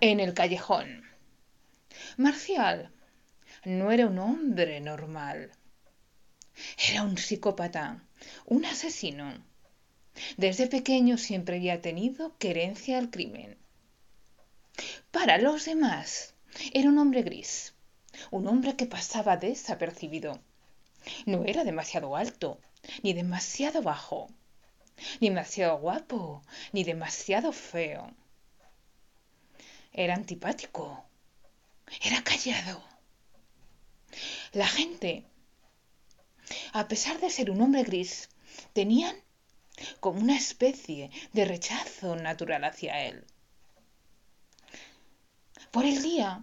En el callejón. Marcial no era un hombre normal. Era un psicópata, un asesino. Desde pequeño siempre había tenido querencia al crimen. Para los demás, era un hombre gris, un hombre que pasaba desapercibido. No era demasiado alto, ni demasiado bajo, ni demasiado guapo, ni demasiado feo. Era antipático, era callado. La gente, a pesar de ser un hombre gris, tenían como una especie de rechazo natural hacia él. Por el día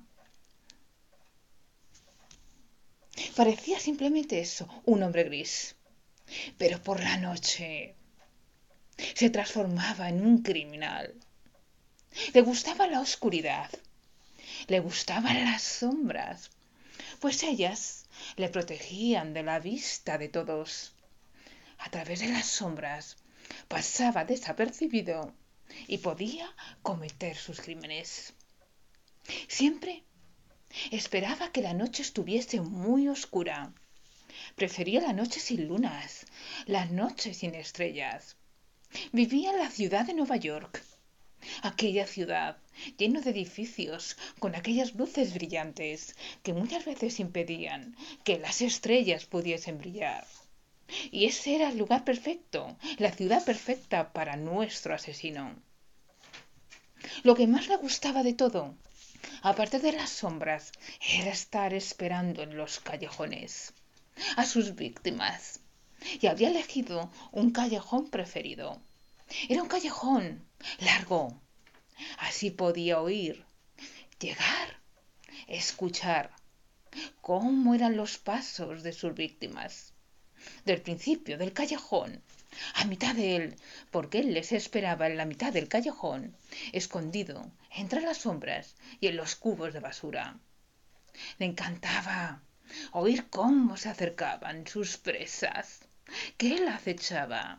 parecía simplemente eso, un hombre gris, pero por la noche se transformaba en un criminal. Le gustaba la oscuridad, le gustaban las sombras, pues ellas le protegían de la vista de todos. A través de las sombras pasaba desapercibido y podía cometer sus crímenes. Siempre esperaba que la noche estuviese muy oscura. Prefería la noche sin lunas, la noche sin estrellas. Vivía en la ciudad de Nueva York, aquella ciudad llena de edificios con aquellas luces brillantes que muchas veces impedían que las estrellas pudiesen brillar. Y ese era el lugar perfecto, la ciudad perfecta para nuestro asesino. Lo que más le gustaba de todo, aparte de las sombras, era estar esperando en los callejones a sus víctimas. Y había elegido un callejón preferido. Era un callejón largo. Así podía oír, llegar, escuchar cómo eran los pasos de sus víctimas. Del principio del callejón a mitad de él, porque él les esperaba en la mitad del callejón, escondido entre las sombras y en los cubos de basura. Le encantaba oír cómo se acercaban sus presas, que él acechaba.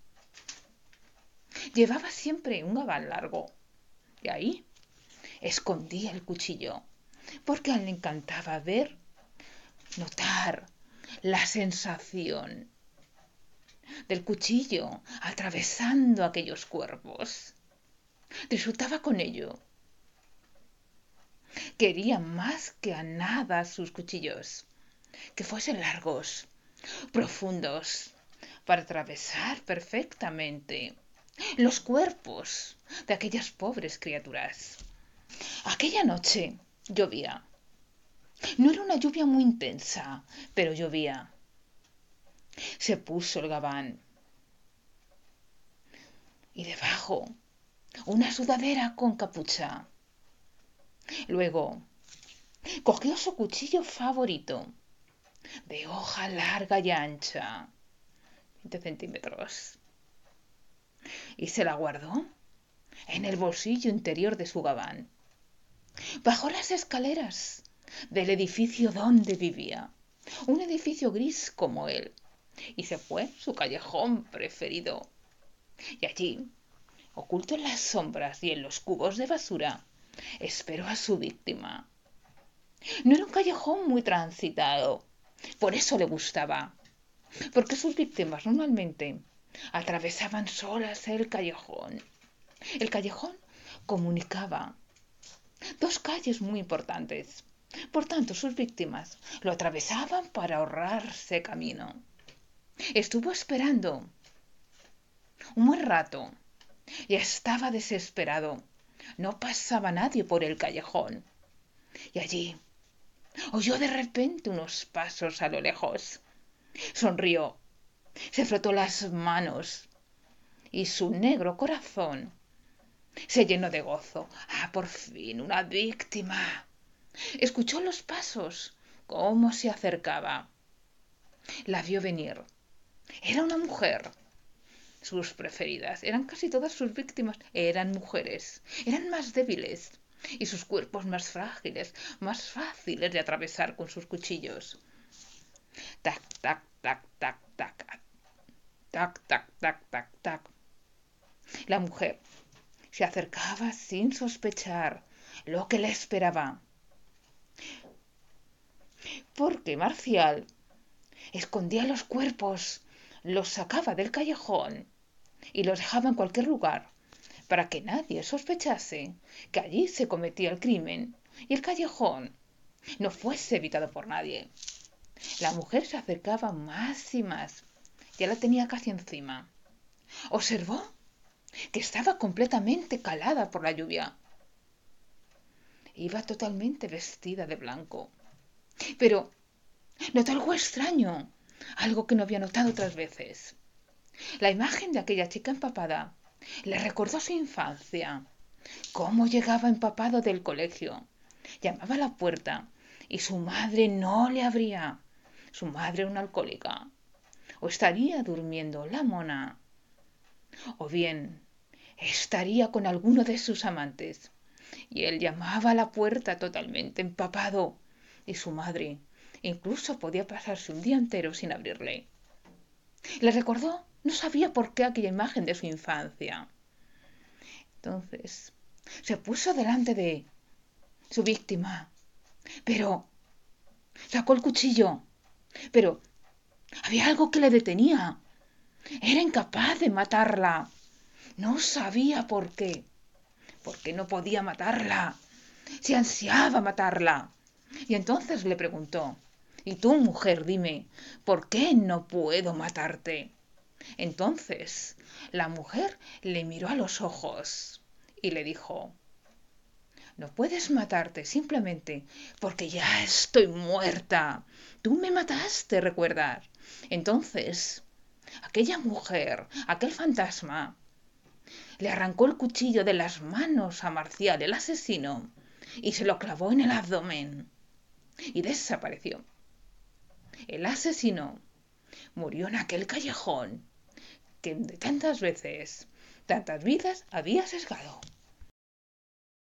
Llevaba siempre un gabán largo, y ahí escondía el cuchillo, porque a él le encantaba ver, notar la sensación del cuchillo atravesando aquellos cuerpos. Disfrutaba con ello. Quería más que a nada sus cuchillos, que fuesen largos, profundos, para atravesar perfectamente los cuerpos de aquellas pobres criaturas. Aquella noche llovía. No era una lluvia muy intensa, pero llovía. Se puso el gabán y debajo una sudadera con capucha. Luego cogió su cuchillo favorito, de hoja larga y ancha, 20 centímetros, y se la guardó en el bolsillo interior de su gabán. Bajó las escaleras del edificio donde vivía, un edificio gris como él, y se fue a su callejón preferido. Y allí, oculto en las sombras y en los cubos de basura, esperó a su víctima. No era un callejón muy transitado, por eso le gustaba, porque sus víctimas normalmente atravesaban solas el callejón. El callejón comunicaba dos calles muy importantes. Por tanto, sus víctimas lo atravesaban para ahorrarse camino. Estuvo esperando un buen rato y estaba desesperado. No pasaba nadie por el callejón. Y allí oyó de repente unos pasos a lo lejos. Sonrió, se frotó las manos y su negro corazón se llenó de gozo. Ah, por fin, una víctima. Escuchó los pasos, cómo se acercaba. La vio venir. Era una mujer. Sus preferidas. Eran casi todas sus víctimas. Eran mujeres. Eran más débiles. Y sus cuerpos más frágiles, más fáciles de atravesar con sus cuchillos. Tac, tac, tac, tac, tac. Tac, tac, tac, tac, tac. La mujer se acercaba sin sospechar. lo que le esperaba. Porque Marcial escondía los cuerpos, los sacaba del callejón y los dejaba en cualquier lugar para que nadie sospechase que allí se cometía el crimen y el callejón no fuese evitado por nadie. La mujer se acercaba más y más. Ya la tenía casi encima. Observó que estaba completamente calada por la lluvia. Iba totalmente vestida de blanco. Pero notó algo extraño, algo que no había notado otras veces. La imagen de aquella chica empapada le recordó su infancia, cómo llegaba empapado del colegio. Llamaba a la puerta y su madre no le abría. Su madre una alcohólica. O estaría durmiendo la mona. O bien estaría con alguno de sus amantes. Y él llamaba a la puerta totalmente empapado. Y su madre incluso podía pasarse un día entero sin abrirle. Le recordó, no sabía por qué, aquella imagen de su infancia. Entonces se puso delante de su víctima, pero sacó el cuchillo. Pero había algo que le detenía. Era incapaz de matarla. No sabía por qué. Porque no podía matarla. Se ansiaba matarla. Y entonces le preguntó, ¿y tú, mujer, dime, por qué no puedo matarte? Entonces la mujer le miró a los ojos y le dijo, no puedes matarte simplemente porque ya estoy muerta. Tú me mataste, recuerdas. Entonces, aquella mujer, aquel fantasma, le arrancó el cuchillo de las manos a Marcial, el asesino, y se lo clavó en el abdomen y desapareció. El asesino murió en aquel callejón que de tantas veces, tantas vidas había sesgado.